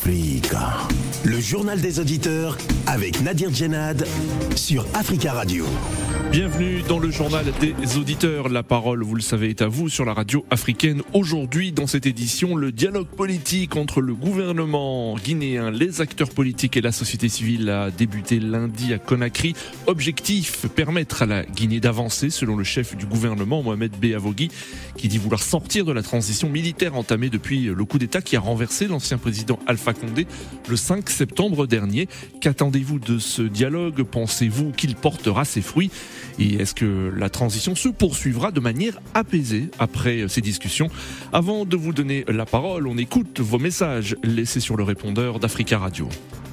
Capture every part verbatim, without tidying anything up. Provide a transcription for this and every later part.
Africa. Le journal des auditeurs avec Nadir Djenad sur Africa Radio. Bienvenue dans le journal des auditeurs. La parole, vous le savez, est à vous sur la radio africaine. Aujourd'hui, dans cette édition, le dialogue politique entre le gouvernement guinéen, les acteurs politiques et la société civile a débuté lundi à Conakry. Objectif, permettre à la Guinée d'avancer, selon le chef du gouvernement, Mohamed Beavogui, qui dit vouloir sortir de la transition militaire entamée depuis le coup d'État qui a renversé l'ancien président Alpha Condé le cinq septembre dernier. Qu'attendez-vous de ce dialogue ? Pensez-vous qu'il portera ses fruits ? Et est-ce que la transition se poursuivra de manière apaisée après ces discussions ? Avant de vous donner la parole, on écoute vos messages laissés sur le répondeur d'Africa Radio.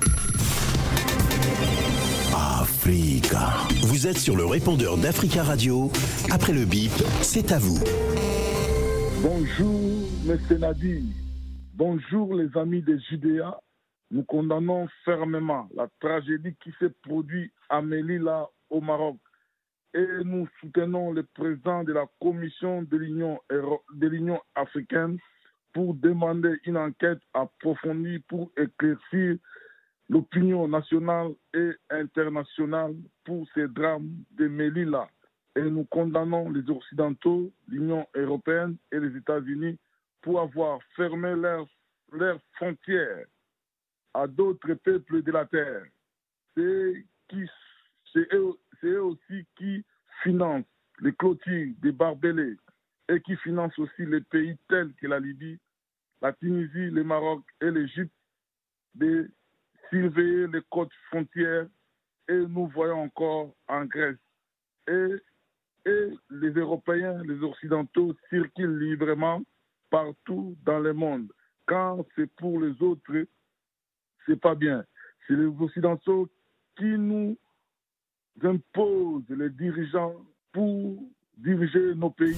Africa. Vous êtes sur le répondeur d'Africa Radio. Après le bip, c'est à vous. Bonjour, M. Nadir. Bonjour, les amis des Judéa. Nous condamnons fermement la tragédie qui s'est produite à Melilla, au Maroc. Et nous soutenons le président de la Commission de l'Union, de l'Union africaine pour demander une enquête approfondie pour éclaircir l'opinion nationale et internationale pour ces drames de Melilla. Et nous condamnons les Occidentaux, l'Union européenne et les États-Unis pour avoir fermé leurs, leurs frontières à d'autres peuples de la terre. C'est, qui, c'est, eux, c'est eux aussi qui financent les clôtures des barbelés et qui financent aussi les pays tels que la Libye, la Tunisie, le Maroc et l'Égypte de surveiller les côtes frontières. Et nous voyons encore en Grèce. Et, et les Européens, les Occidentaux circulent librement partout dans le monde. Quand c'est pour les autres, c'est pas bien. C'est les Occidentaux qui nous imposent les dirigeants pour diriger nos pays.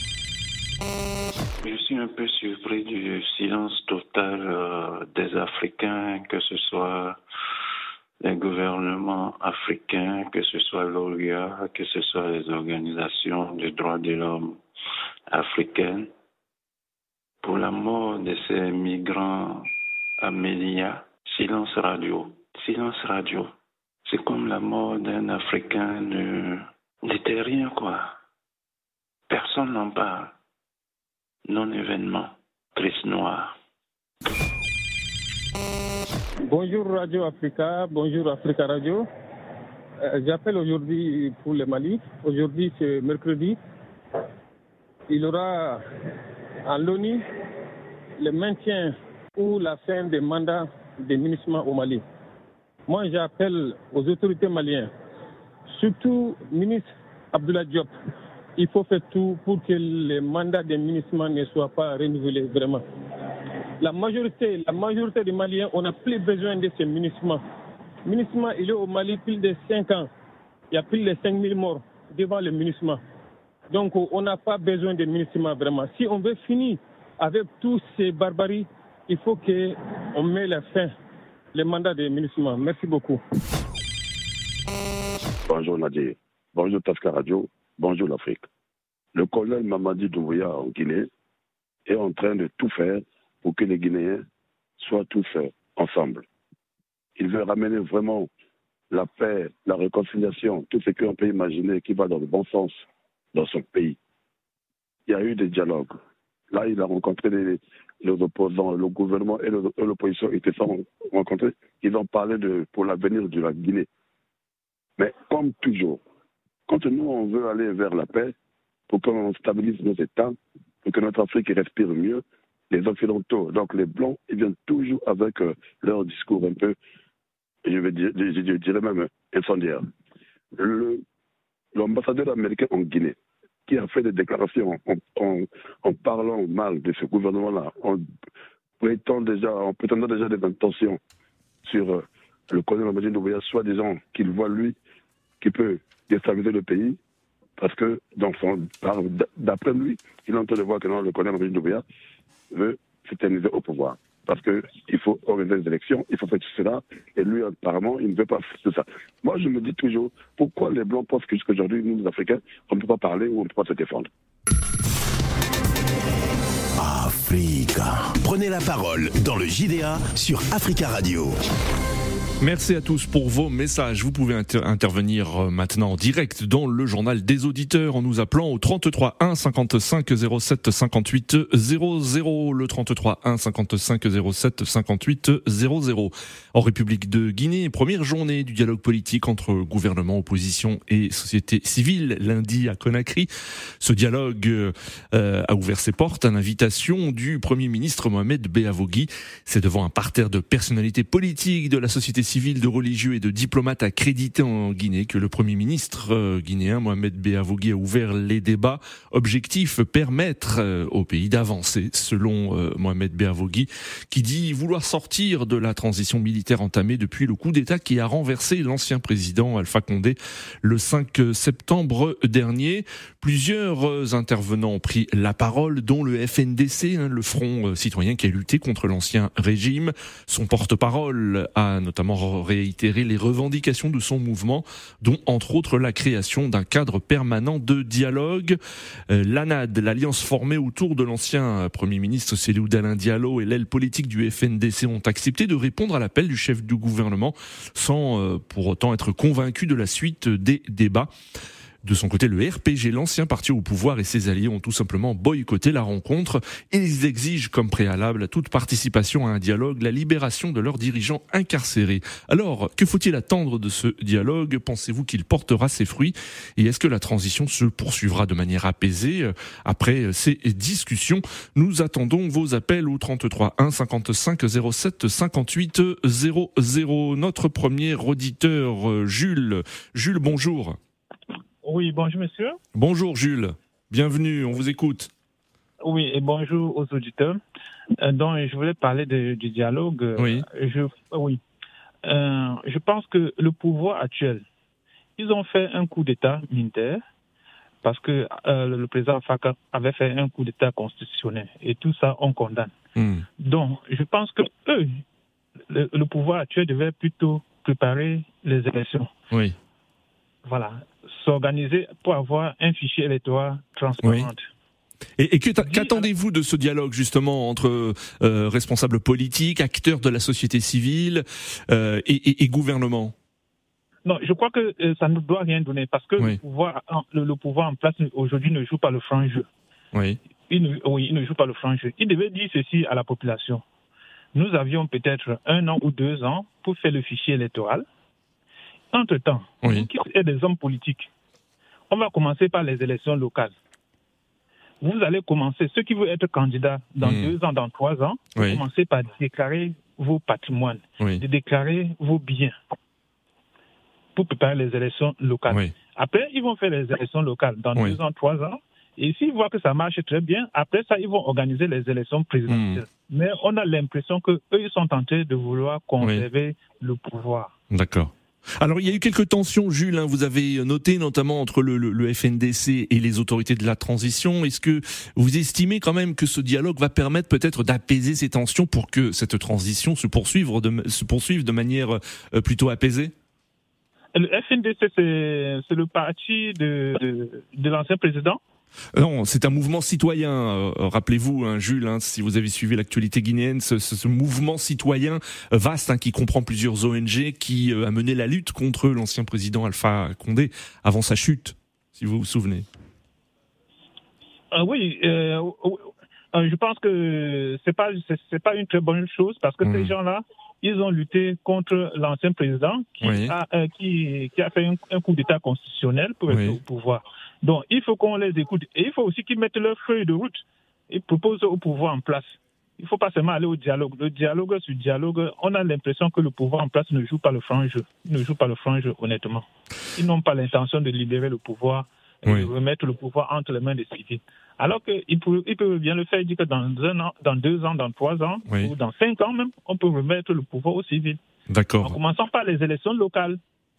Je suis un peu surpris du silence total euh, des Africains, que ce soit les gouvernements africains, que ce soit l'O U A, que ce soit les organisations des droits de l'homme africaines. Pour la mort de ces migrants à Melilla, silence radio, silence radio. C'est comme la mort d'un Africain ne, n'était rien, quoi. Personne n'en parle. Non-événement, triste noir. Bonjour Radio Africa, bonjour Africa Radio. Euh, j'appelle aujourd'hui pour le Mali. Aujourd'hui c'est mercredi. Il y aura en l'ONU le maintien ou la fin des mandats des MINUSMA au Mali. Moi j'appelle aux autorités maliennes, surtout ministre Abdoulaye Diop. Il faut faire tout pour que les mandats des MINUSMA ne soient pas renouvelés vraiment. La majorité, la majorité des Maliens, on n'a plus besoin de ces MINUSMA. MINUSMA, il est au Mali plus de cinq ans. Il y a plus de cinq mille morts devant les MINUSMA. Donc on n'a pas besoin de MINUSMA vraiment. Si on veut finir avec tous ces barbaries, il faut qu'on mette la fin, les mandats des MINUSMA. Merci beaucoup. Bonjour Nadir, bonjour Africa Radio. Bonjour l'Afrique. Le colonel Mamadi Doumbouya en Guinée est en train de tout faire pour que les Guinéens soient tous ensemble. Il veut ramener vraiment la paix, la réconciliation, tout ce qu'on peut imaginer qui va dans le bon sens dans son pays. Il y a eu des dialogues. Là, il a rencontré les, les opposants, le gouvernement et l'opposition étaient rencontrés. Ils ont parlé de, pour l'avenir de la Guinée. Mais comme toujours, quand nous, on veut aller vers la paix, pour qu'on stabilise nos États, pour que notre Afrique respire mieux, les Occidentaux, donc les Blancs, ils viennent toujours avec euh, leur discours un peu, je, vais dire, je, je dirais même incendiaire. Le, l'ambassadeur américain en Guinée, qui a fait des déclarations en, en, en parlant mal de ce gouvernement-là, en prétendant déjà, en prétendant déjà des intentions sur euh, le colonel Mamadi Doumbouya, soi-disant qu'il voit lui qui peut déstabiliser le pays, parce que dans son, d'après lui, il est en train de voir que non, le colonel Mamadi Doumbouya veut s'éterniser au pouvoir. Parce qu'il faut organiser des élections, il faut faire tout cela, et lui, apparemment, il ne veut pas faire ça. Moi, je me dis toujours, pourquoi les Blancs pensent que jusqu'aujourd'hui, nous, les Africains, on ne peut pas parler ou on ne peut pas se défendre. Ah. Africa. Prenez la parole dans le J D A sur Africa Radio. Merci à tous pour vos messages. Vous pouvez inter- intervenir maintenant en direct dans le journal des auditeurs en nous appelant au trente-trois un cinquante-cinq zéro sept cinquante-huit zéro zéro, le trente-trois un cinquante-cinq zéro sept cinquante-huit zéro zéro. En République de Guinée, première journée du dialogue politique entre gouvernement, opposition et société civile lundi à Conakry. Ce dialogue euh, a ouvert ses portes à l'invitation du Premier ministre Mohamed Beavogui. C'est devant un parterre de personnalités politiques de la société civile, de religieux et de diplomates accrédités en Guinée que le Premier ministre euh, guinéen Mohamed Beavogui a ouvert les débats. Objectif, permettre euh, au pays d'avancer, selon euh, Mohamed Beavogui, qui dit vouloir sortir de la transition militaire entamée depuis le coup d'État qui a renversé l'ancien président Alpha Condé le cinq septembre dernier. Plusieurs intervenants ont pris la parole, dont le F N D C, hein, le Front citoyen qui a lutté contre l'ancien régime. Son porte-parole a notamment réitéré les revendications de son mouvement, dont entre autres la création d'un cadre permanent de dialogue. Euh, L'A N A D, l'alliance formée autour de l'ancien Premier ministre Cellou Dalein Diallo et l'aile politique du F N D C ont accepté de répondre à l'appel du chef du gouvernement sans euh, pour autant être convaincus de la suite des débats. De son côté, le R P G, l'ancien parti au pouvoir, et ses alliés ont tout simplement boycotté la rencontre et ils exigent comme préalable toute participation à un dialogue, la libération de leurs dirigeants incarcérés. Alors, que faut-il attendre de ce dialogue ? Pensez-vous qu'il portera ses fruits ? Et est-ce que la transition se poursuivra de manière apaisée après ces discussions ? Nous attendons vos appels au trente-trois un cinquante-cinq zéro sept cinquante-huit zéro zéro. Notre premier auditeur, Jules. Jules, bonjour. Oui, bonjour monsieur. Bonjour Jules, bienvenue, on vous écoute. Oui, et bonjour aux auditeurs. Euh, donc, je voulais parler de, du dialogue. Oui. Je, oui. Euh, je pense que le pouvoir actuel, ils ont fait un coup d'État militaire parce que euh, le président Faka avait fait un coup d'État constitutionnel et tout ça, on condamne. Mm. Donc, je pense que eux, le, le pouvoir actuel devait plutôt préparer les élections. Oui. Voilà. S'organiser pour avoir un fichier électoral transparent. Oui. Et, et que, qu'attendez-vous de ce dialogue justement entre euh, responsables politiques, acteurs de la société civile euh, et, et, et gouvernement ? Non, je crois que euh, ça ne doit rien donner parce que oui. le, pouvoir, le, le pouvoir en place aujourd'hui ne joue pas le franc jeu. Oui. Il ne, oui, il ne joue pas le franc jeu. Il devait dire ceci à la population. Nous avions peut-être un an ou deux ans pour faire le fichier électoral. Entre-temps, oui. qui est des hommes politiques, on va commencer par les élections locales. Vous allez commencer, ceux qui veulent être candidats dans mmh. deux ans, dans trois ans, vous oui. commencez par déclarer vos patrimoines, oui. de déclarer vos biens pour préparer les élections locales. Oui. Après, ils vont faire les élections locales dans oui. deux ans, trois ans. Et s'ils voient que ça marche très bien, après ça, ils vont organiser les élections présidentielles. Mmh. Mais on a l'impression qu'eux, ils sont tentés de vouloir conserver oui. le pouvoir. D'accord. Alors, il y a eu quelques tensions, Jules, hein, vous avez noté notamment entre le, le, le F N D C et les autorités de la transition. Est-ce que vous estimez quand même que ce dialogue va permettre peut-être d'apaiser ces tensions pour que cette transition se poursuive de, se poursuive de manière euh, plutôt apaisée ? Le F N D C, c'est, c'est le parti de, de, de l'ancien président ? Non, c'est un mouvement citoyen. Euh, rappelez-vous, hein, Jules, hein, si vous avez suivi l'actualité guinéenne, ce, ce, ce mouvement citoyen vaste hein, qui comprend plusieurs O N G qui euh, a mené la lutte contre l'ancien président Alpha Condé avant sa chute, si vous vous souvenez. Euh, oui, euh, euh, je pense que c'est pas c'est, c'est pas une très bonne chose parce que mmh. ces gens-là, ils ont lutté contre l'ancien président qui oui. a euh, qui qui a fait un, un coup d'État constitutionnel pour oui. être au pouvoir. Donc, il faut qu'on les écoute. Et il faut aussi qu'ils mettent leur feuille de route. Ils proposent au pouvoir en place. Il ne faut pas seulement aller au dialogue. Le dialogue sur dialogue, on a l'impression que le pouvoir en place ne joue pas le franc jeu. Il ne joue pas le franc jeu, honnêtement. Ils n'ont pas l'intention de libérer le pouvoir et oui. de remettre le pouvoir entre les mains des civils. Alors qu'ils peuvent, ils peuvent bien le faire, dire que dans un an, dans deux ans, dans trois ans, oui. ou dans cinq ans même, on peut remettre le pouvoir aux civils. D'accord. En commençant par les élections locales.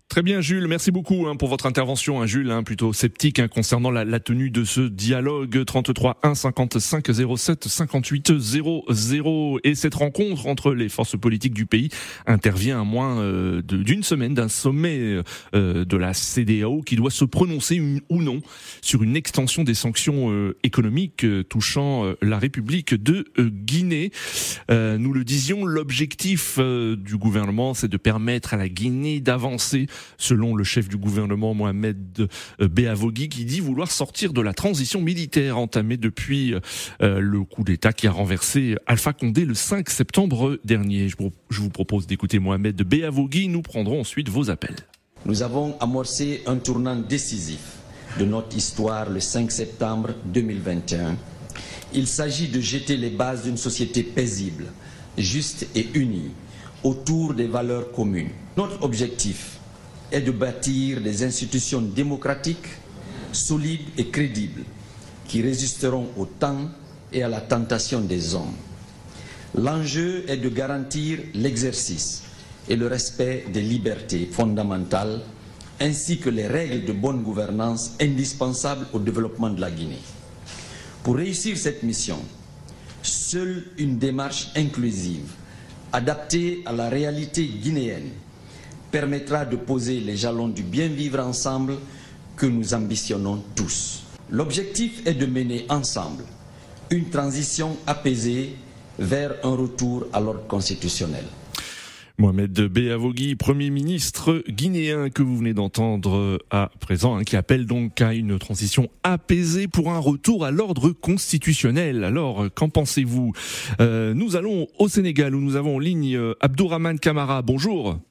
Très bien Jules, merci beaucoup hein, pour votre intervention, hein, Jules, hein, plutôt sceptique hein, concernant la, la tenue de ce dialogue. Trente-trois un cinquante-cinq zéro sept cinquante-huit zéro zéro. Et cette rencontre entre les forces politiques du pays intervient à moins euh, de, d'une semaine d'un sommet euh, de la C E D A O qui doit se prononcer une, ou non sur une extension des sanctions euh, économiques euh, touchant euh, la République de euh, Guinée. Euh, nous le disions, l'objectif euh, du gouvernement, c'est de permettre à la Guinée d'avancer, selon le chef du gouvernement Mohamed Beavogui, qui dit vouloir sortir de la transition militaire entamée depuis euh, le coup d'État qui a renversé Alpha Condé le cinq septembre dernier. Je vous propose d'écouter Mohamed Beavogui. Nous prendrons ensuite vos appels. Nous avons amorcé un tournant décisif de notre histoire le cinq septembre deux mille vingt et un. Il s'agit de jeter les bases d'une société paisible, juste et unie, autour des valeurs communes. Notre objectif est de bâtir des institutions démocratiques, solides et crédibles, qui résisteront au temps et à la tentation des hommes. L'enjeu est de garantir l'exercice et le respect des libertés fondamentales, ainsi que les règles de bonne gouvernance indispensables au développement de la Guinée. Pour réussir cette mission, seule une démarche inclusive, adaptée à la réalité guinéenne, permettra de poser les jalons du bien vivre ensemble que nous ambitionnons tous. L'objectif est de mener ensemble une transition apaisée vers un retour à l'ordre constitutionnel. Mohamed Beavogui, Premier ministre guinéen que vous venez d'entendre à présent, hein, qui appelle donc à une transition apaisée pour un retour à l'ordre constitutionnel. Alors, qu'en pensez-vous ? euh, Nous allons au Sénégal où nous avons en ligne Abdourahmane Camara. Bonjour.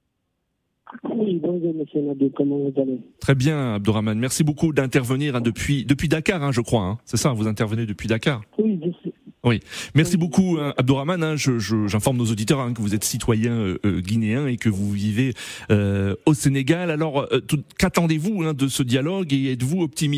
Oui, bonjour monsieur Nadir, comment vous allez ? Très bien Abdourahmane, merci beaucoup d'intervenir hein, depuis, depuis Dakar, hein, je crois. Hein. C'est ça, vous intervenez depuis Dakar ? Oui, je sais. Oui, merci beaucoup hein, Abdourahmane. Hein, je, je, j'informe nos auditeurs hein, que vous êtes citoyen euh, guinéen et que vous vivez euh, au Sénégal. Alors, euh, tout, qu'attendez-vous hein, de ce dialogue et êtes-vous optimiste ?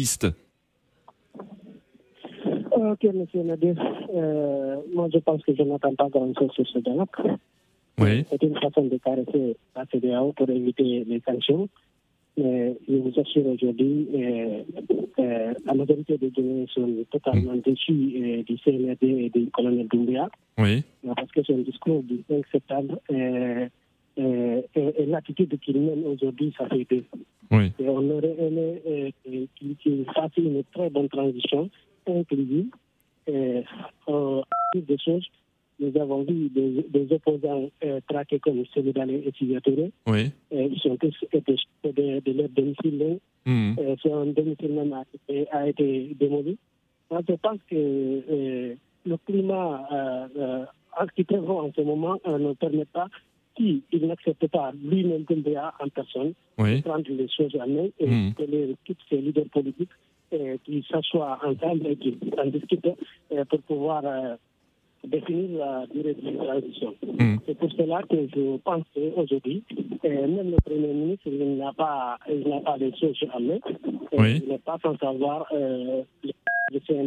Ok, monsieur Nadir. Euh, moi, je pense que je n'attends pas grand-chose sur ce dialogue. Oui. C'est une façon de caresser la C E D A O pour éviter les sanctions. Mais je vous assure aujourd'hui, euh, euh, la majorité des Guinéens sont totalement mmh. déçus euh, du C N R D et du colonel Doumbouya. Oui. Parce que c'est un discours du cinq septembre euh, euh, et, et l'attitude qu'il mène aujourd'hui, ça fait deux. Oui. Et on aurait aimé euh, qu'il, qu'il fasse une très bonne transition inclusive. Euh, euh, des choses. Nous avons vu des, des opposants euh, traqués comme Sénégalais et Tigatoré. Oui. Euh, ils sont tous été de, de leur domicile. Mmh. Euh, son domicile même a été, a été démoli. Moi, je pense que euh, le climat euh, euh, qui prévaut en ce moment euh, ne permet pas, s'il si n'accepte pas lui-même Doumbouya en personne, oui. de prendre les choses en main et mmh. que les, tous ces leaders politiques euh, qui s'assoient ensemble et qui en discutent euh, pour pouvoir euh, définir la durée de la transition. Mmh. C'est pour cela que je pense qu'aujourd'hui, euh, même le Premier ministre il n'a pas, il n'a pas les choses en main. Oui. Il n'est pas sans savoir euh, le C N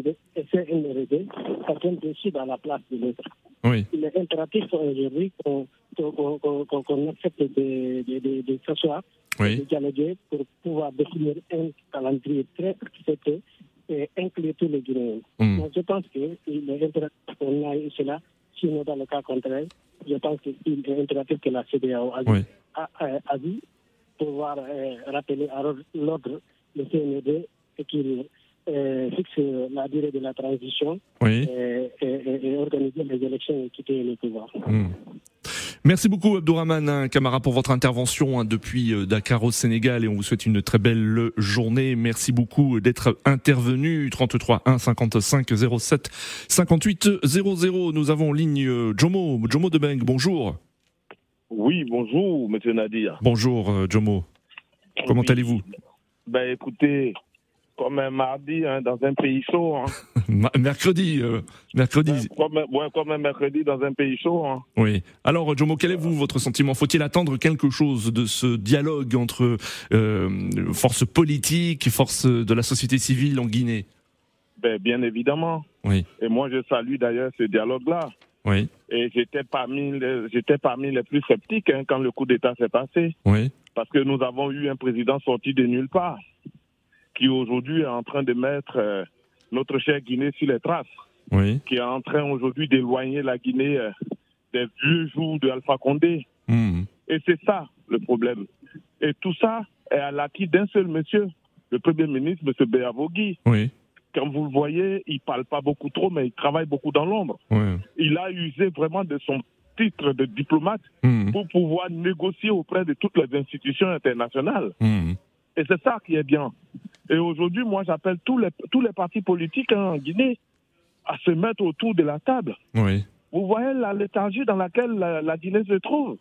R D, chacun décide à la place de l'autre. Oui. Il est impératif aujourd'hui qu'on, qu'on, qu'on, qu'on accepte de, de, de, de s'asseoir, oui. de dialoguer pour pouvoir définir un calendrier très accepté et inclure tous les Guinéens. Mm. Donc, je pense qu'il est impératif qu'on aille cela, sinon dans le cas contraire, je pense qu'il est impératif que la C E D A O a, oui. a, a, a vu pouvoir euh, rappeler à l'ordre le C N R D et qu'il euh, fixe la durée de la transition oui. et, et, et organiser les élections et quitter le pouvoir. Mm. Merci beaucoup Abdourahmane Camara pour votre intervention hein, depuis euh, Dakar au Sénégal et on vous souhaite une très belle journée. Merci beaucoup d'être intervenu. trente-trois un cinquante-cinq zéro sept cinquante-huit zéro zéro. Nous avons en ligne euh, Jomo, Jomo Debeng, bonjour. Oui, bonjour monsieur Nadir. Bonjour euh, Jomo. Comment oui. allez-vous ? Ben écoutez, comme un mardi hein, dans un pays chaud. Hein. mercredi, euh, mercredi. Ouais, comme, ouais, comme un mercredi dans un pays chaud. Hein. Oui. Alors, Jomo, quel est vous votre sentiment ? Faut-il attendre quelque chose de ce dialogue entre euh, forces politiques, forces de la société civile en Guinée ? Ben, bien évidemment. Oui. Et moi, je salue d'ailleurs ce dialogue-là. Oui. Et j'étais parmi les, j'étais parmi les plus sceptiques hein, quand le coup d'État s'est passé. Oui. Parce que nous avons eu un président sorti de nulle part, qui aujourd'hui est en train de mettre euh, notre chère Guinée sur les traces, oui. qui est en train aujourd'hui d'éloigner la Guinée euh, des vieux jours de Alpha Condé. Mmh. Et c'est ça le problème. Et tout ça est à l'acquis d'un seul monsieur, le Premier ministre, M. Béavogui. Oui. Comme vous le voyez, il ne parle pas beaucoup trop, mais il travaille beaucoup dans l'ombre. Oui. Il a usé vraiment de son titre de diplomate mmh. pour pouvoir négocier auprès de toutes les institutions internationales. Mmh. Et c'est ça qui est bien. Et aujourd'hui, moi, j'appelle tous les, tous les partis politiques hein, en Guinée à se mettre autour de la table. Oui. Vous voyez la léthargie dans laquelle la, la Guinée se trouve.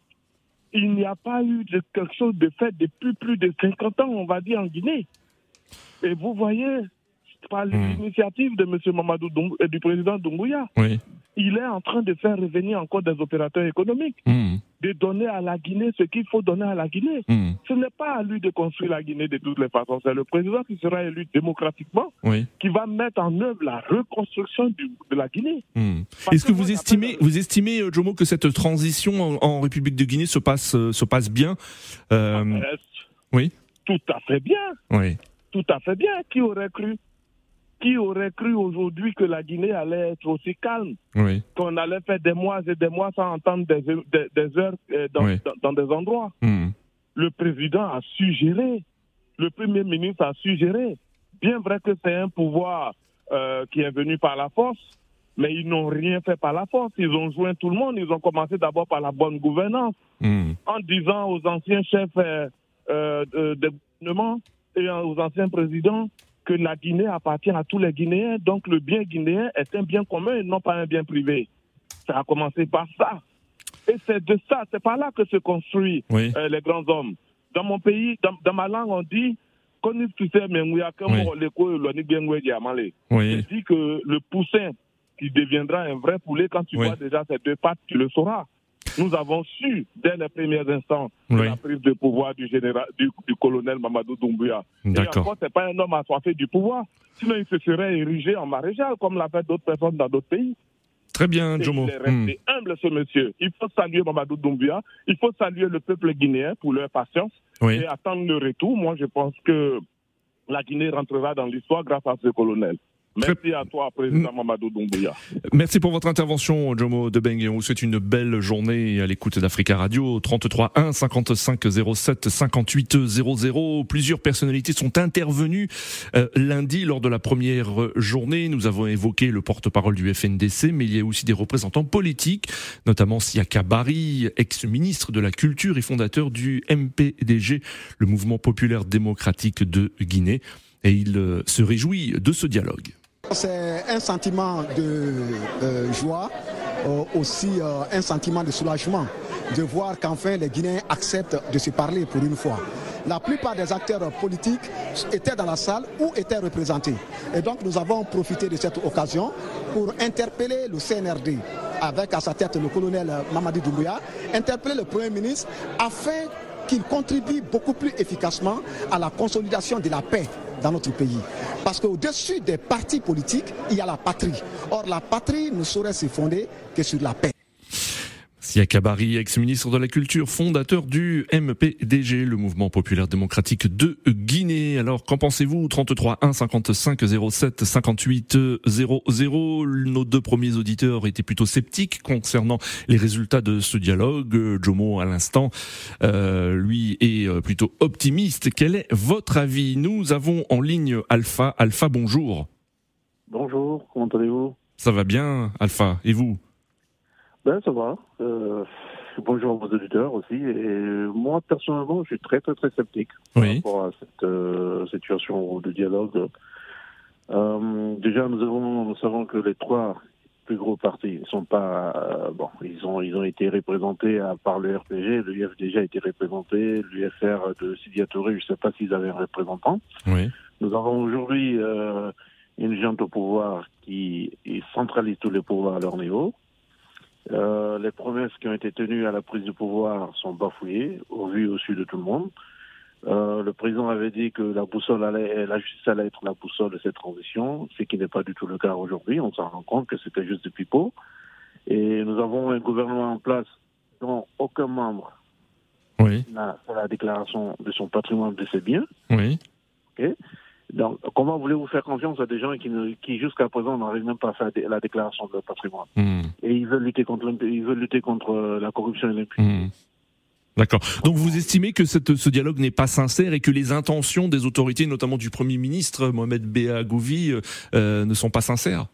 Il n'y a pas eu de, quelque chose de fait depuis plus de cinquante ans, on va dire, en Guinée. Et vous voyez, par l'initiative de M. Mamadou Doumbouya et du président Doumbouya, oui. il est en train de faire revenir encore des opérateurs économiques, mmh. de donner à la Guinée ce qu'il faut donner à la Guinée. Mmh. Ce n'est pas à lui de construire la Guinée de toutes les façons. C'est le président qui sera élu démocratiquement oui. qui va mettre en œuvre la reconstruction du, de la Guinée. Mmh. Est-ce que, que vous estimez, vous estimez, Jomo, que cette transition en, en République de Guinée se passe, euh, se passe bien euh... Oui. Tout à fait bien. Oui. Tout à fait bien. Qui aurait cru Qui aurait cru aujourd'hui que la Guinée allait être aussi calme, oui. qu'on allait faire des mois et des mois sans entendre des, des, des heures dans, oui. dans, dans des endroits. Mmh. Le président a su gérer, le Premier ministre a su gérer. Bien vrai que c'est un pouvoir euh, qui est venu par la force, mais ils n'ont rien fait par la force. Ils ont joint tout le monde. Ils ont commencé d'abord par la bonne gouvernance, mmh. en disant aux anciens chefs euh, euh, de, de gouvernement et aux anciens présidents que la Guinée appartient à tous les Guinéens, donc le bien guinéen est un bien commun et non pas un bien privé. Ça a commencé par ça. Et c'est de ça, c'est par là que se construisent oui. euh, les grands hommes. Dans mon pays, dans, dans ma langue, on dit oui. C'est dit que le poussin qui deviendra un vrai poulet, quand tu oui. vois déjà ces deux pattes, tu le sauras. Nous avons su, dès les premiers instants, de oui. la prise de pouvoir du, général, du, du colonel Mamadou Doumbouya. D'accord. Et encore, ce n'est pas un homme assoiffé du pouvoir. Sinon, il se serait érigé en maréchal, comme l'ont fait d'autres personnes dans d'autres pays. Très bien, Jomo. Il est resté mmh. humble, ce monsieur. Il faut saluer Mamadou Doumbouya. Il faut saluer le peuple guinéen pour leur patience oui. et attendre le retour. Moi, je pense que la Guinée rentrera dans l'histoire grâce à ce colonel. Merci à toi, président Mamadou Doumbouya. Merci pour votre intervention, Jomo Debeng. On vous souhaite une belle journée à l'écoute d'Africa Radio. trente-trois un cinquante-cinq zéro sept cinquante-huit zéro zéro. Plusieurs personnalités sont intervenues euh, lundi lors de la première journée. Nous avons évoqué le porte-parole du F N D C, mais il y a aussi des représentants politiques, notamment Siaka Barry, ex-ministre de la Culture et fondateur du M P D G, le Mouvement populaire démocratique de Guinée. Et il euh, se réjouit de ce dialogue. C'est un sentiment de euh, joie, euh, aussi euh, un sentiment de soulagement de voir qu'enfin les Guinéens acceptent de se parler pour une fois. La plupart des acteurs politiques étaient dans la salle ou étaient représentés. Et donc nous avons profité de cette occasion pour interpeller le C N R D, avec à sa tête le colonel Mamadi Doumbouya, interpeller le Premier ministre afin qu'il contribue beaucoup plus efficacement à la consolidation de la paix dans notre pays. Parce qu'au-dessus des partis politiques, il y a la patrie. Or, la patrie ne saurait se fonder que sur la paix. Siaka Barry, ex-ministre de la Culture, fondateur du M P D G, le Mouvement populaire démocratique de Guinée. Alors, qu'en pensez-vous? trente-trois un cinquante-cinq zéro sept cinquante-huit zéro zéro. Nos deux premiers auditeurs étaient plutôt sceptiques concernant les résultats de ce dialogue. Jomo, à l'instant, euh, lui est plutôt optimiste. Quel est votre avis? Nous avons en ligne Alpha. Alpha, bonjour. Bonjour, comment allez-vous? Ça va bien, Alpha, et vous? Ben, ça va. Euh, bonjour à vos auditeurs aussi. Et moi, personnellement, je suis très, très, très sceptique oui. par rapport à cette euh, situation de dialogue. Euh, déjà, nous avons, nous savons que les trois plus gros partis ne sont pas... Euh, bon, ils ont, ils ont été représentés à, par le R P G. Le U F D G a été représenté. L'U F R de Sidia Touré, je ne sais pas s'ils avaient un représentant. Oui. Nous avons aujourd'hui euh, une junte au pouvoir qui centralise tous les pouvoirs à leur niveau. Euh, les promesses qui ont été tenues à la prise du pouvoir sont bafouillées, au vu et au su de tout le monde. Euh, le président avait dit que la boussole allait, la justice allait être la boussole de cette transition, ce qui n'est pas du tout le cas aujourd'hui. On s'en rend compte que c'était juste du pipeau. Et nous avons un gouvernement en place dont aucun membre oui. n'a fait la déclaration de son patrimoine, de ses biens. Oui. Okay. Donc, comment voulez-vous faire confiance à des gens qui, ne, qui jusqu'à présent, n'arrivent même pas à faire la déclaration de leur patrimoine? Mmh. Et ils veulent lutter contre, ils veulent lutter contre la corruption et l'impunité. Mmh. D'accord. Donc vous estimez que cette, ce dialogue n'est pas sincère et que les intentions des autorités, notamment du Premier ministre Mohamed Béa Gouvi, euh, ne sont pas sincères?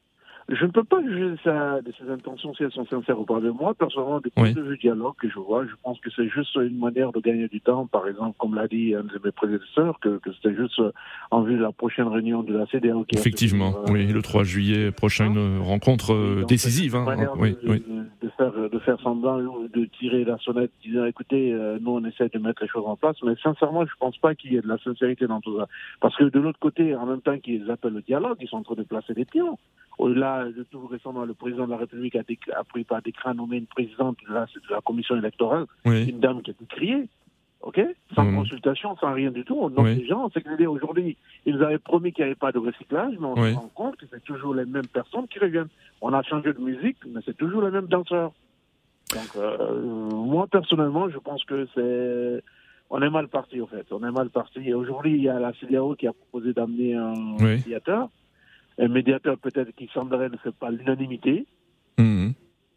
Je ne peux pas juger ça, de ses intentions si elles sont sincères ou pas. Mais moi, personnellement, du point oui. de vue dialogue que je vois, je pense que c'est juste une manière de gagner du temps. Par exemple, comme l'a dit un de mes prédécesseurs, que, que c'était juste en vue de la prochaine réunion de la C E D E A O. Effectivement, euh, oui, le trois juillet prochain, une rencontre euh, donc, décisive. C'est une hein. manière oui, de, oui. de, faire, de faire semblant, de tirer la sonnette, disant, écoutez, euh, nous on essaie de mettre les choses en place. Mais sincèrement, je ne pense pas qu'il y ait de la sincérité dans tout ça. Parce que de l'autre côté, en même temps qu'ils appellent le dialogue, ils sont en train de placer des pions. Au-delà de tout récemment, le président de la République a, déc- a pris par décret à nommer une présidente de la, de la commission électorale, oui. une dame qui a été criée, ok, sans mmh. consultation, sans rien du tout. On nomme oui. des gens. C'est que aujourd'hui, ils nous avaient promis qu'il n'y avait pas de recyclage, mais on oui. se rend compte que c'est toujours les mêmes personnes qui reviennent. On a changé de musique, mais c'est toujours les mêmes danseurs. Donc, euh, moi, personnellement, je pense que c'est... On est mal parti, en fait. On est mal parti. Et aujourd'hui, il y a la C E D E A O qui a proposé d'amener un oui. médiateur. Un médiateur peut-être qui semblerait ne fait pas l'unanimité, mmh.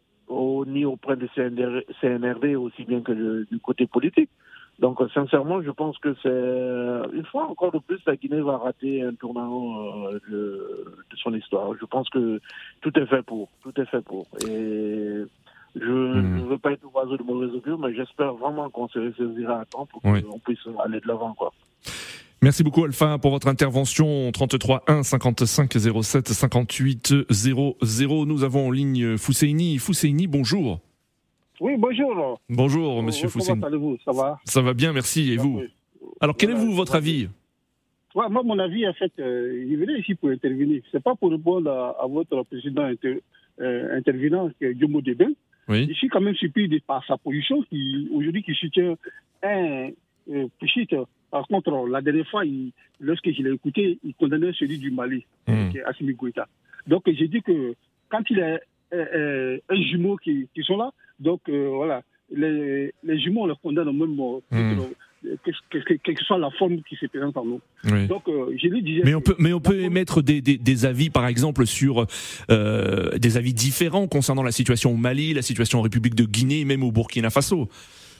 au, ni auprès de C N R D aussi bien que de, du côté politique. Donc sincèrement, je pense que c'est une fois encore de plus, la Guinée va rater un tournant euh, de, de son histoire. Je pense que tout est fait pour, tout est fait pour. Et je mmh. ne veux pas être oiseau de mauvais augure, mais j'espère vraiment qu'on se ressaisira à temps pour oui. qu'on puisse aller de l'avant, quoi. Merci beaucoup Alpha pour votre intervention. trente-trois un cinquante-cinq zéro sept cinquante-huit zéro zéro. Nous avons en ligne Fousseini. Fousseini, bonjour. Oui, bonjour. Bonjour Monsieur Comment Fousseini. Comment allez-vous? Ça va? Ça va bien, merci. Et vous? Oui. Alors quel voilà, est vous votre avis? Ouais, moi, mon avis, en fait, euh, il venait ici pour intervenir. C'est pas pour répondre à, à votre président inter, euh, intervenant, Djomo Deben. Oui. Je suis quand même surpris de, par sa position, qui aujourd'hui qui soutient un euh, Puchit. Par contre, la dernière fois, il, lorsque je l'ai écouté, il condamnait celui du Mali, mmh. qui est Assimi Goïta. Donc, j'ai dit que quand il y a euh, euh, un jumeau qui, qui sont là, donc euh, voilà, les, les jumeaux, on les condamne au même mot, mmh. que, que, que, quelle que soit la forme qui se présente en nous. Oui. Donc, euh, je lui disais. Mais on peut, mais on peut émettre des, des, des avis, par exemple, sur euh, des avis différents concernant la situation au Mali, la situation en République de Guinée, même au Burkina Faso.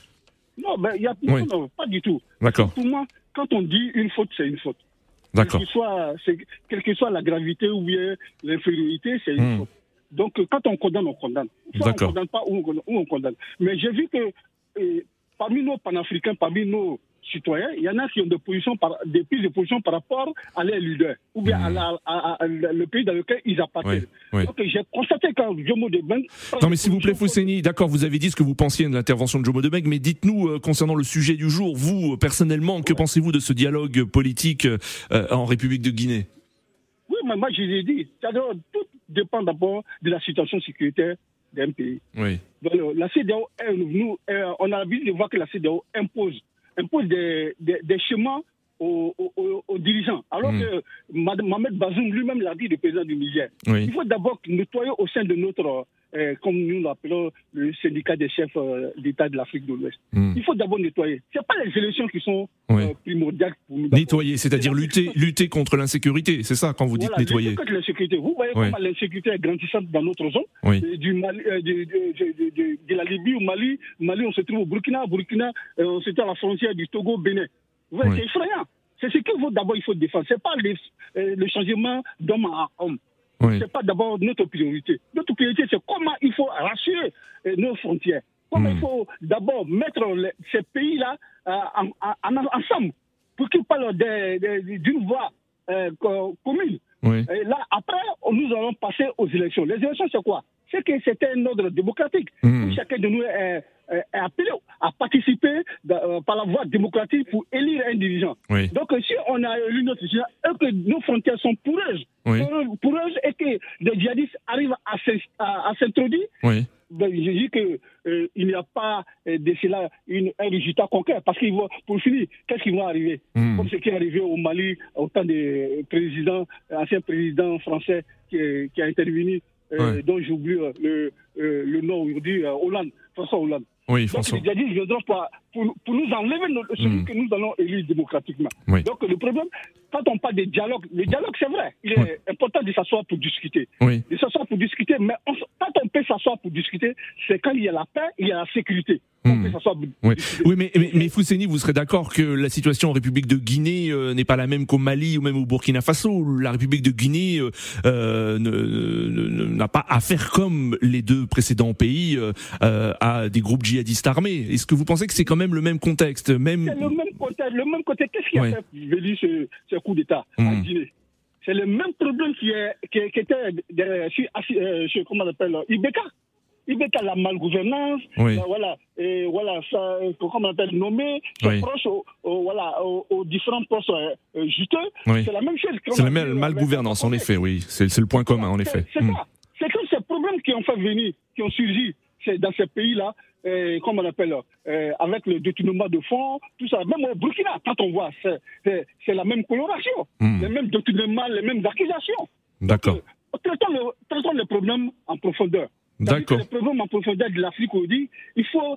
Non, ben, y a, non, oui. non, pas du tout. D'accord. Pour moi, quand on dit une faute, c'est une faute. D'accord. Quelle que soit, quelle que soit la gravité ou bien l'infériorité, c'est une mmh. faute. Donc, quand on condamne, on condamne. Soit on ne condamne pas ou on, ou on condamne. Mais j'ai vu que euh, parmi nos panafricains, parmi nos citoyens, il y en a qui ont des, positions par, des prises de position par rapport à leurs leaders ou bien mmh. à, la, à, à, à le pays dans lequel ils appartiennent. Oui, oui. Donc j'ai constaté quand Djomo Debeng... Non mais s'il vous plaît Fousseini, d'accord, vous avez dit ce que vous pensiez de l'intervention de Djomo Debeng, mais dites-nous euh, concernant le sujet du jour, vous personnellement, ouais. que pensez-vous de ce dialogue politique euh, en République de Guinée? Oui, mais moi je l'ai dit, tout dépend d'abord de la situation sécuritaire d'un pays. Oui. Donc, la C E D E A O, nous, on a l'habitude de voir que la C E D E A O impose impose des, des, des chemins aux, aux, aux dirigeants. Alors mmh. que Mohamed Bazoum lui-même l'a dit, le président du Niger. Oui. Il faut d'abord nettoyer au sein de notre, euh, comme nous l'appelons, le syndicat des chefs euh, d'État de l'Afrique de l'Ouest. Mmh. Il faut d'abord nettoyer. Ce n'est pas les élections qui sont oui. euh, primordiales pour nous. Nettoyer, c'est-à-dire lutter, lutter contre l'insécurité, c'est ça quand vous dites voilà, nettoyer. Lutter contre l'insécurité. Vous voyez oui. comment l'insécurité est grandissante dans notre zone. Oui. Du Mali, euh, de, de, de, de, de la Libye au Mali. Mali, on se trouve au Burkina. Burkina, euh, on se trouve à la frontière du Togo-Bénin. Oui. C'est effrayant. C'est ce qu'il faut d'abord il faut défendre. Ce n'est pas les, euh, le changement d'homme à homme. Oui. Ce n'est pas d'abord notre priorité. Notre priorité, c'est comment il faut rassurer euh, nos frontières. Comment mmh. il faut d'abord mettre les, ces pays-là euh, en, en, en, ensemble pour qu'ils parlent d'une voie euh, commune. Oui. Et là, après, nous allons passer aux élections. Les élections, c'est quoi? C'est que c'était un ordre démocratique. Mmh. Chacun de nous est, est, est appelé à participer de, euh, par la voie démocratique pour élire un dirigeant. Oui. Donc, si on a élu notre dirigeant et que nos frontières sont poreuses, oui. poreuses et que les djihadistes arrivent à, à s'introduire, oui. ben, je dis qu'il euh, n'y a pas euh, de cela une, un résultat concret. Parce qu'ils vont, pour finir, qu'est-ce qui va arriver mmh. Comme ce qui est arrivé au Mali, au temps des présidents, anciens présidents français qui, qui a intervenu. Euh, ouais. dont j'oublie euh, le, euh, le nom aujourd'hui, euh, Hollande, François Hollande. Oui, François. Donc les djihadistes viendront pour, pour, pour nous enlever notre, celui mmh. que nous allons élire démocratiquement. Oui. Donc le problème, quand on parle de dialogue, le dialogue c'est vrai, il est oui. important de s'asseoir pour discuter. Oui. De s'asseoir pour discuter, mais on, quand on peut s'asseoir pour discuter, c'est quand il y a la paix, il y a la sécurité. Mmh. Oui, oui mais, mais, mais Fousseni, vous serez d'accord que la situation en République de Guinée euh, n'est pas la même qu'au Mali ou même au Burkina Faso. La République de Guinée euh, euh, ne, ne, n'a pas affaire comme les deux précédents pays euh, euh, à des groupes djihadistes armés. Est-ce que vous pensez que c'est quand même le même contexte, même... C'est le même contexte. Le même contexte. Qu'est-ce qui a ouais. fait venir ce, ce coup d'État mmh. en Guinée? C'est le même problème qui, est, qui, qui était derrière, sur, sur, comment on appelle, Ibeka. Ibeka, la malgouvernance, oui. euh, voilà, et voilà, ça, comment on appelle, nommé, oui. proche aux, aux, voilà, aux, aux différents postes euh, juteux. Oui. C'est la même chose. C'est la même malgouvernance, en effet, oui. C'est, c'est le point commun, en effet. C'est, c'est mmh. ça. C'est comme ces problèmes qui ont fait venir, qui ont surgi c'est dans ces pays-là, euh, comment on appelle, euh, avec le détournement de fonds, tout ça. Même au Burkina, quand on voit, c'est, c'est, c'est la même coloration, mmh. les mêmes détournements, les mêmes accusations. D'accord. Donc, euh, traitons, le, traitons les problèmes en profondeur. D'accord. Les problèmes en profondeur de l'Afrique, on dit, il faut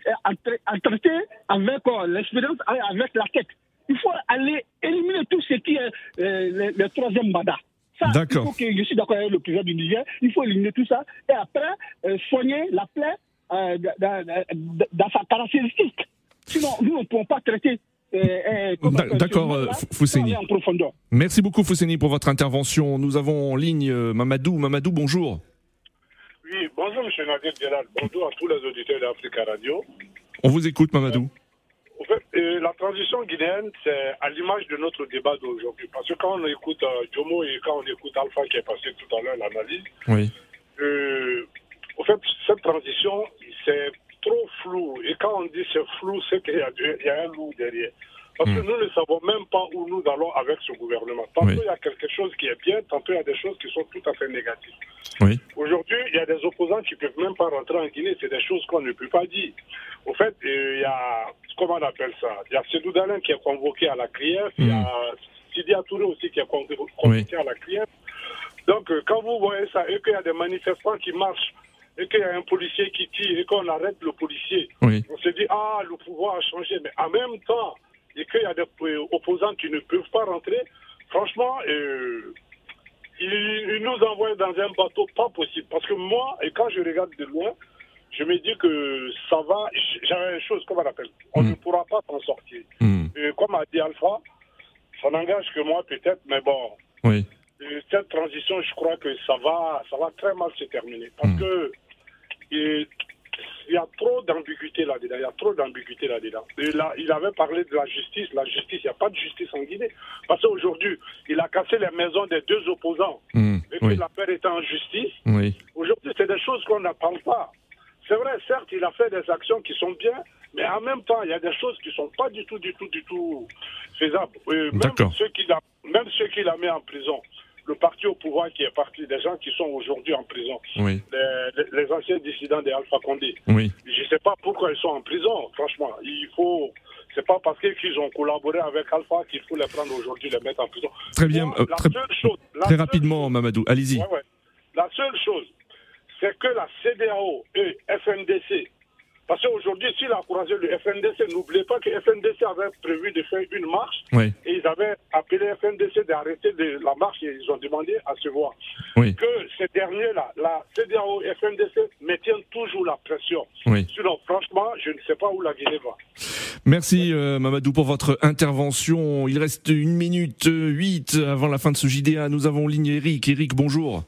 en traiter avec euh, l'expérience, avec la tête. Il faut aller éliminer tout ce qui est euh, le, le troisième mandat. Ça, d'accord. Il faut que, je suis d'accord avec le président du Niger, il faut éliminer tout ça et après euh, soigner la plaie euh, dans, dans, dans sa caractéristique. Sinon, nous ne pouvons pas traiter. Euh, euh, D'accord, euh, Fousseni. Merci beaucoup, Fousseni, pour votre intervention. Nous avons en ligne euh, Mamadou. Mamadou, bonjour. Oui, bonjour M. Nadir Djelal, bonjour à tous les auditeurs d'Africa Radio. On vous écoute, Mamadou. En fait, euh, la transition guinéenne, c'est à l'image de notre débat d'aujourd'hui. Parce que quand on écoute euh, Jomo et quand on écoute Alpha qui est passé tout à l'heure, l'analyse, oui. euh, en fait, cette transition, c'est trop flou. Et quand on dit c'est flou, c'est qu'il y a, il y a un loup derrière. Parce que mmh. nous ne savons même pas où nous allons avec ce gouvernement. Tantôt, oui. il y a quelque chose qui est bien, tantôt, il y a des choses qui sont tout à fait négatives. Oui. Aujourd'hui, il y a des opposants qui ne peuvent même pas rentrer en Guinée. C'est des choses qu'on ne peut pas dire. Au fait, euh, il y a, comment on appelle ça? Il y a Sédou Dalein qui est convoqué à la C R I F. Mmh. Il y a Sidi Touré aussi qui est convoqué oui. à la C R I F. Donc, euh, quand vous voyez ça, et qu'il y a des manifestants qui marchent, et qu'il y a un policier qui tire, et qu'on arrête le policier, oui. on se dit, ah, le pouvoir a changé. Mais en même temps, et qu'il y a des opposants qui ne peuvent pas rentrer, franchement, euh, ils, ils nous envoient dans un bateau pas possible. Parce que moi, et quand je regarde de loin, je me dis que ça va, j'avais une chose, comment on appelle, on mmh. ne pourra pas s'en sortir. Mmh. Et comme a dit Alpha, ça n'engage que moi peut-être, mais bon, oui. cette transition, je crois que ça va, ça va très mal se terminer. Parce mmh. que et, il y a trop d'ambiguïté là-dedans. Il y a trop d'ambiguïté là-dedans. Et là, il avait parlé de la justice. La justice, il n'y a pas de justice en Guinée. Parce qu'aujourd'hui, il a cassé les maisons des deux opposants. Mmh, et puis oui. l'affaire était en justice. Oui. Aujourd'hui, c'est des choses qu'on n'apprend pas. C'est vrai, certes, il a fait des actions qui sont bien, mais en même temps, il y a des choses qui ne sont pas du tout, du tout, du tout faisables. Et même D'accord. ceux qu'il a, même ceux qu'il a mis en prison. Le parti au pouvoir qui est parti, des gens qui sont aujourd'hui en prison, oui. les, les, les anciens dissidents de Alpha Condé. Oui. Je ne sais pas pourquoi ils sont en prison, franchement. Il faut, c'est pas parce qu'ils ont collaboré avec Alpha qu'il faut les prendre aujourd'hui, les mettre en prison. Très bien. Moi, euh, la très seule chose, la très seule rapidement, chose, Mamadou, allez-y. Ouais, ouais. La seule chose, c'est que la C D A O et F N D C, parce qu'aujourd'hui, s'il a encouragé le F N D C, n'oubliez pas que F N D C avait prévu de faire une marche, oui. et ils avaient appelé F N D C d'arrêter de la marche et ils ont demandé à se voir. Oui. Que ces derniers-là, la C D A O et F N D C, maintiennent toujours la pression. Oui. Sinon, franchement, je ne sais pas où la Guinée va. Merci euh, Mamadou pour votre intervention. Il reste une minute huit avant la fin de ce J D A. Nous avons en ligne Eric. Eric, bonjour.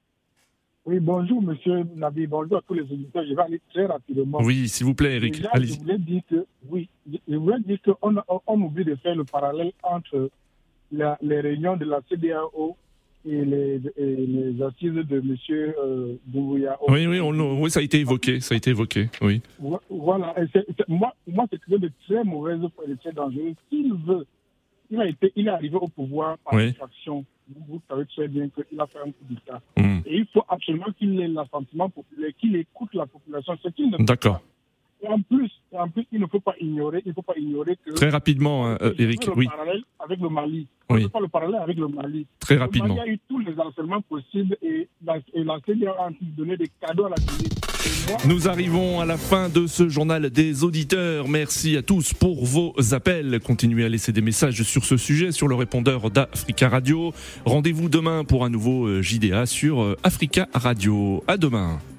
Oui, bonjour, monsieur Nabi, bonjour à tous les auditeurs. Je vais aller très rapidement. Oui, s'il vous plaît, Eric. Déjà, allez-y. Je voulais dire que, oui, je voulais dire qu'on on, on oublie de faire le parallèle entre la, les réunions de la C D A O et les, et les assises de monsieur euh, Doumbouya. Oui, oui, on, oui, ça a été évoqué, ça a été évoqué, oui. Voilà, et c'est, c'est, moi, moi, c'est quelque chose de très mauvais et de très dangereux. S'il veut, il a été, il est arrivé au pouvoir par oui. faction. Vous savez très bien qu'il a fait un coup d'État. Mmh. Et il faut absolument qu'il ait l'assentiment populaire, qu'il écoute la population. Ce qu'il ne peut D'accord. pas. Et en plus, et en plus, il ne faut pas ignorer, il ne faut pas ignorer que. Très rapidement, euh, Eric, oui. Parallèle avec le Mali. Oui. On ne peut pas le parallèle avec le Mali. Très rapidement. Le Mali a eu tous les harcèlements possibles et la, et la C D A O a donné des cadeaux à la Guinée. Nous arrivons à la fin de ce journal des auditeurs. Merci à tous pour vos appels. Continuez à laisser des messages sur ce sujet sur le répondeur d'Africa Radio. Rendez-vous demain pour un nouveau J D A sur Africa Radio. À demain.